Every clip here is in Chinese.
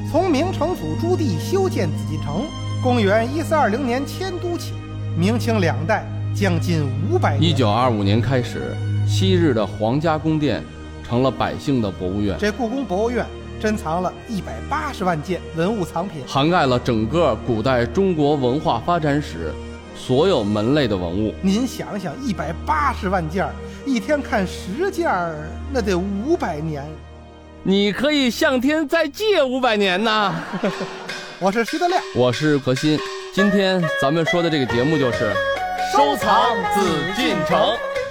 从明成祖朱棣修建紫禁城，公元1420年迁都起，明清两代将近500年。 1925年开始，昔日的皇家宫殿成了百姓的博物院。 这故宫博物院珍藏了180万件文物藏品， 涵盖了整个古代中国文化发展史所有门类的文物。 您想想，180万件，一天看10件，那得500年。 你可以向天再借500年呐！ 我是徐德亮， 我是何鑫。今天咱们说的这个节目就是收藏紫禁城。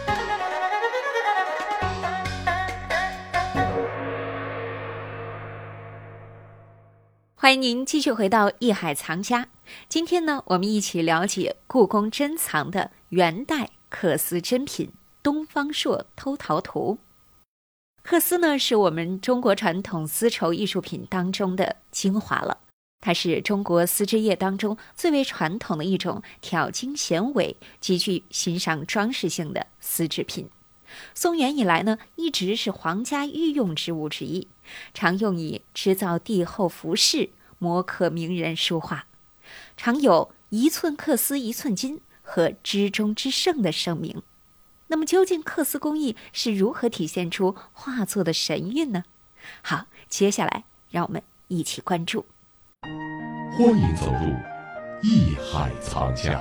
欢迎您继续回到艺海藏家。今天呢，我们一起了解故宫珍藏的元代缂丝珍品东方朔偷桃图。缂丝呢，是我们中国传统丝绸艺术品当中的精华了。它是中国丝织业当中最为传统的一种挑经显纬、极具欣赏装饰性的丝织品。宋元以来呢，一直是皇家御用之物之一，常用以织造帝后服饰、摹刻名人书画，常有1寸缂丝1寸金和织中之圣的盛名。那么究竟缂丝工艺是如何体现出画作的神韵呢？好，接下来让我们一起关注。 欢迎走入艺海藏家。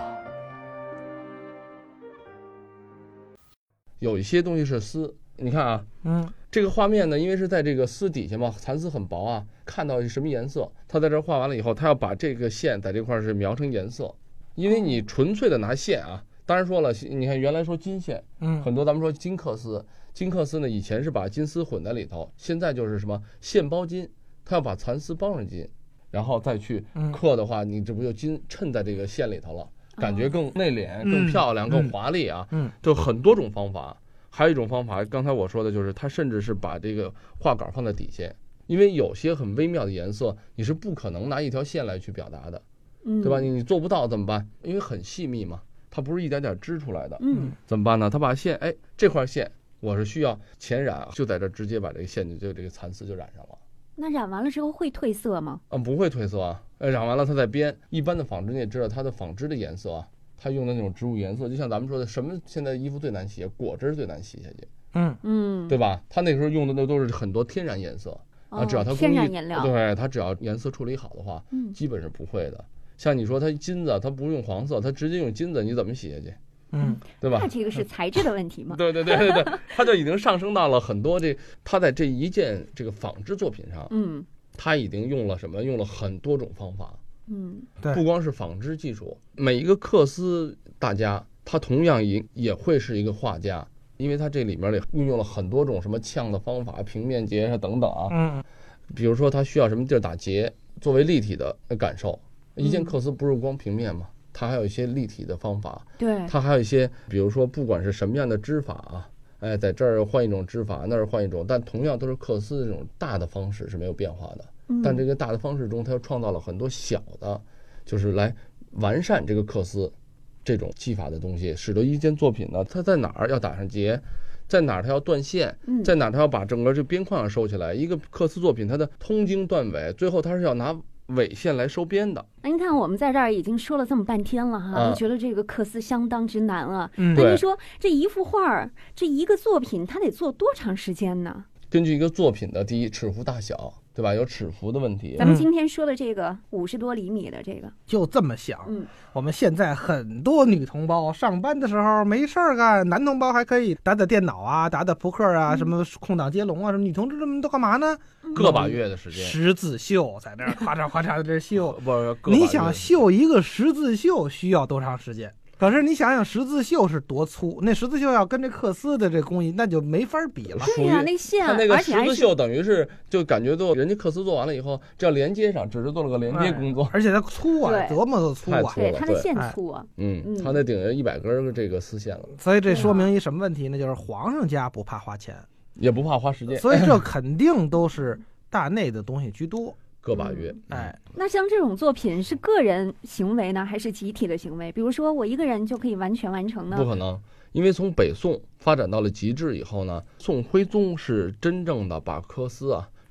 有一些东西是丝，你看啊，这个画面呢，因为是在这个丝底下嘛，蚕丝很薄啊，看到什么颜色，他在这画完了以后，他要把这个线在这块是描成颜色。因为你纯粹的拿线啊，当然说了，你看原来说金线，很多咱们说金缂丝，金缂丝呢以前是把金丝混在里头，现在就是什么线包金，他要把蚕丝包上金，然后再去刻的话，你这不就金衬在这个线里头了，感觉更内敛、更漂亮、更华丽啊。就很多种方法。还有一种方法，刚才我说的就是他甚至是把这个画杆放在底下，因为有些很微妙的颜色你是不可能拿一条线来去表达的，对吧？你做不到怎么办？因为很细密嘛，它不是一点点织出来的，怎么办呢？他把线，这块线我是需要前染，就在这直接把这个线就这个蚕丝就染上了。 那染完了之后会褪色吗？ 不会褪色啊。染完了它再编。一般的纺织你也知道，它的纺织的颜色啊，它用的那种植物颜色，就像咱们说的，什么现在衣服最难洗，果汁最难洗下去，对吧？它那时候用的那都是很多天然颜色啊，只要它工艺， 天然颜料， 对，它只要颜色处理好的话，基本是不会的。像你说它金子，它不用黄色，它直接用金子，你怎么洗下去？对吧？ 那这个是材质的问题吗？ 对，它就已经上升到了很多它在这一件这个纺织作品上，它已经用了什么？用了很多种方法。 对， 不光是纺织技术，每一个缂丝大家，他同样也会是一个画家，因为他这里面运用了很多种什么呛的方法、平面结啊等等啊。比如说他需要什么地儿打结，作为立体的感受。一件缂丝不是光平面嘛，它还有一些立体的方法。 对， 它还有一些，比如说不管是什么样的织法啊，在这儿换一种织法，那儿换一种，但同样都是缂丝这种大的方式是没有变化的。但这个大的方式中，它又创造了很多小的，就是来完善这个缂丝这种技法的东西，使得一件作品呢，它在哪儿要打上结，在哪儿它要断线，在哪儿它要把整个这边框收起来。一个缂丝作品，它的通经断纬，最后它是要拿纬线来收边的。 您看我们在这儿已经说了这么半天了哈，我觉得这个缂丝相当之难啊。那您说这一幅画，这一个作品，它得做多长时间呢？ 根据一个作品的第一尺幅大小，对吧？有尺幅的问题。 咱们今天说的这个50多厘米的这个， 就这么想。我们现在很多女同胞上班的时候没事儿干，男同胞还可以打打电脑啊，打打扑克啊，什么空档接龙啊，什么女同志们都干嘛呢？ 个把月的时间， 十字绣在那儿咔嚓咔嚓的这绣。 不， 你想绣一个十字绣需要多长时间？可是你想想十字绣是多粗，那十字绣要跟这缂丝的这工艺那就没法比了。 对呀，那线， 它那个十字绣等于是就感觉都人家缂丝做完了以后，这要连接上，只是做了个连接工作， 而且它粗啊，多么的粗啊！ 对，它的线粗啊。 它那顶下100根这个丝线了。 所以这说明一什么问题呢？就是皇上家不怕花钱， 也不怕花时间， 所以这肯定都是大内的东西居多。 个把月。 那像这种作品是个人行为呢，还是集体的行为？比如说我一个人就可以完全完成呢？ 不可能，因为从北宋发展到了极致以后呢，宋徽宗是真正的把缂丝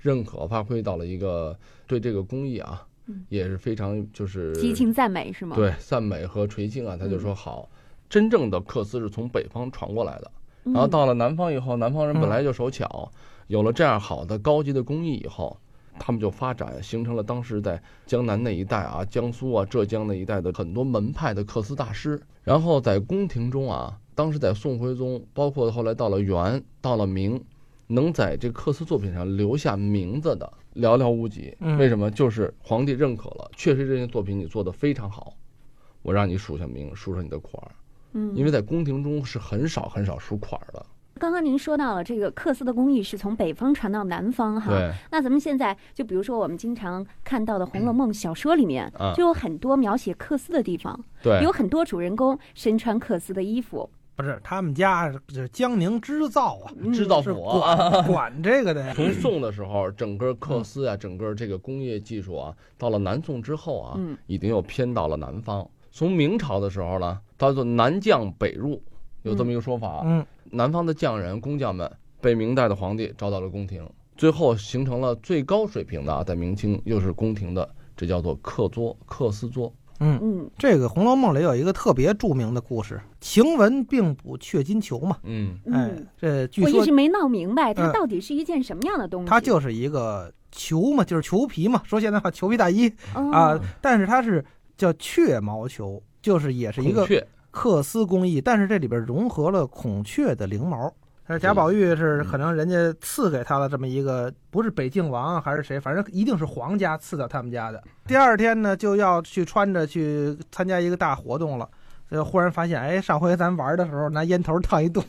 认可，发挥到了一个对这个工艺啊，也是非常就是激情赞美是吗？ 对，赞美和垂青啊，他就说好，真正的缂丝是从北方传过来的，然后到了南方以后，南方人本来就手巧，有了这样好的高级的工艺以后，他们就发展形成了当时在江南那一带啊、江苏啊、浙江那一带的很多门派的缂丝大师，然后在宫廷中啊，当时在宋徽宗，包括后来到了元、到了明，能在这缂丝作品上留下名字的寥寥无几。为什么？就是皇帝认可了，确实这件作品你做得非常好，我让你署下名，署上你的款儿。因为在宫廷中是很少署款的。 刚刚您说到了这个缂丝的工艺是从北方传到南方哈， 对。 那咱们现在就比如说我们经常看到的《红楼梦》小说里面，就有很多描写缂丝的地方， 对， 有很多主人公身穿缂丝的衣服。 不是他们家是江宁织造啊， 织造府管这个的呀。 从宋的时候，整个缂丝啊，整个这个工业技术啊，到了南宋之后啊，已经又偏到了南方。从明朝的时候呢，叫做南降北入，有这么一个说法。南方的匠人、工匠们被明代的皇帝招到了宫廷，最后形成了最高水平的，在明清又是宫廷的，这叫做缂丝作。 这个《红楼梦》里有一个特别著名的故事，晴雯并补雀金裘嘛。这据说我一直没闹明白，它到底是一件什么样的东西？ 它就是一个裘嘛，就是裘皮嘛，说现在话裘皮大衣啊，但是它是叫雀毛裘，就是也是一个缂丝工艺，但是这里边融合了孔雀的翎毛。但是贾宝玉是可能人家赐给他了这么一个，不是北静王还是谁，反正一定是皇家赐到他们家的。第二天呢，就要去穿着去参加一个大活动了。忽然发现，哎，上回咱玩的时候拿烟头烫一洞，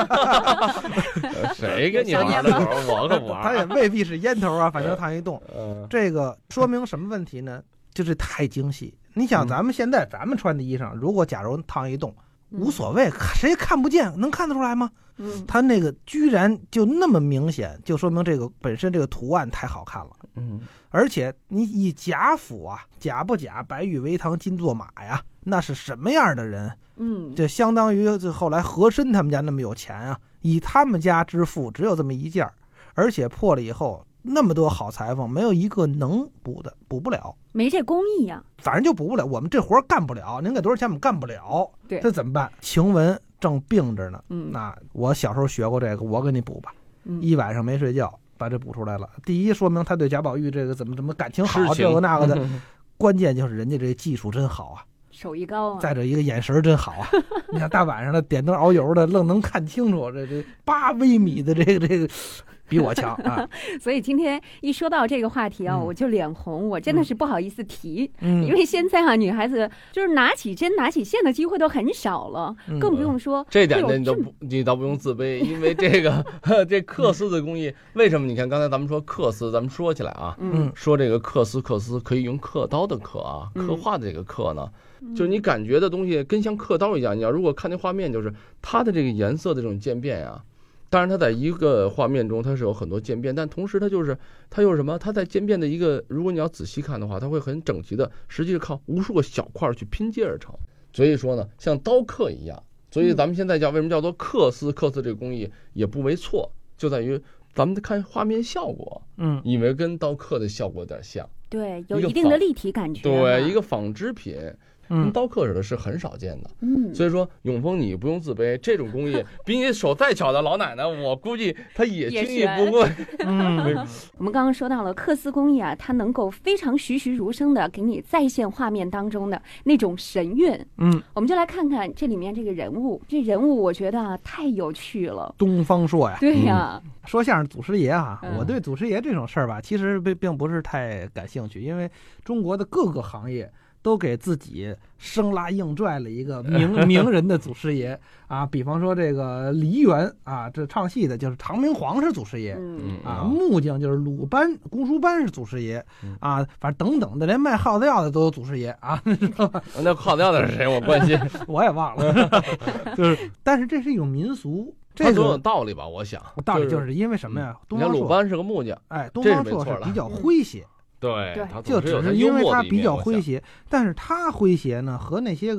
谁跟你玩的时候我可不玩。 他也未必是烟头啊，反正烫一洞。这个说明什么问题呢？就是太精细。你想，咱们现在咱们穿的衣裳，如果假如烫一洞，无所谓，谁看不见，能看得出来吗？他那个居然就那么明显，就说明这个本身这个图案太好看了。而且你以贾府啊，贾不贾，白玉为堂，金作马呀，那是什么样的人？这相当于后来和珅他们家那么有钱啊，以他们家之富只有这么一件，而且破了以后那么多好裁缝，没有一个能补的，补不了， 没这工艺呀， 反正就补不了，我们这活干不了，您给多少钱我们干不了， 对， 这怎么办？晴雯正病着呢，那我小时候学过这个，我给你补吧，一晚上没睡觉把这补出来了。第一，说明他对贾宝玉这个怎么感情好，这个那个的，关键就是人家这技术真好啊， 手艺高啊， 再者一个眼神真好啊！你看大晚上的点灯熬油的，愣能看清楚这8微米的这个，比我强啊！ 所以今天一说到这个话题啊，我就脸红，我真的是不好意思提，因为现在啊，女孩子就是拿起针、拿起线的机会都很少了，更不用说这点你倒不用自卑，因为这个这缂丝的工艺，为什么？你看刚才咱们说缂丝，咱们说起来啊，说这个缂丝可以用刻刀的刻啊，刻画的这个刻呢。就是你感觉的东西跟像刻刀一样，你要如果看那画面，就是它的这个颜色的这种渐变呀。当然它在一个画面中它是有很多渐变，但同时它又是什么？它在渐变的一个，如果你要仔细看的话，它会很整齐的，实际是靠无数个小块去拼接而成。所以说呢，像刀刻一样，所以咱们现在为什么叫做缂丝这个工艺也不为错，就在于咱们看画面效果，以为跟刀刻的效果有点像， 对，有一定的立体感觉， 对，一个纺织品。刀刻似的是很少见的，所以说永丰你不用自卑，这种工艺比你手再巧的老奶奶，我估计她也轻易不过。 我们刚刚说到了缂丝工艺啊，它能够非常栩栩如生的给你再现画面当中的那种神韵。我们就来看看这里面这个人物，这人物我觉得啊太有趣了。 东方朔呀， 对呀， 说相声祖师爷啊，我对祖师爷这种事儿吧，其实并不是太感兴趣，因为中国的各个行业都给自己生拉硬拽了一个名人的祖师爷啊，比方说这个梨园啊，这唱戏的就是唐明皇是祖师爷啊，木匠就是鲁班、公输班是祖师爷啊，反正等等的，连卖耗子药的都有祖师爷啊，知道吧？ 那耗子药的是谁？我关心， 我也忘了，就是，但是这是一种民俗。这总有道理吧？我想， 道理就是因为什么呀？东方朔鲁班是个木匠， 哎，东方朔是比较诙谐。 对， 就只是因为他比较诙谐，但是他诙谐呢和那些个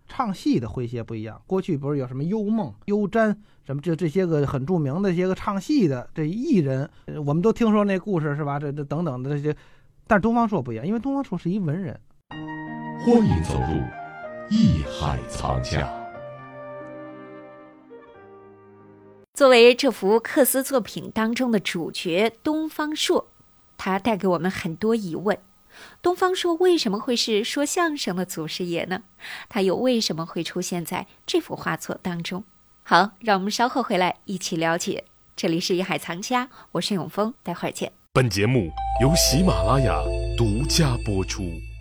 唱戏的诙谐不一样。过去不是有什么幽梦、幽瞻什么这些个很著名的一些个唱戏的这艺人，我们都听说那故事是吧？这等等的这些，但是东方朔不一样，因为东方朔是一文人。 欢迎走入艺海藏家。 作为这幅缂丝作品当中的主角东方朔，他带给我们很多疑问。东方朔为什么会是说相声的祖师爷呢？他又为什么会出现在这幅画作当中？好，让我们稍后回来一起了解。这里是艺海藏家，我是永峰，待会儿见。 本节目由喜马拉雅独家播出。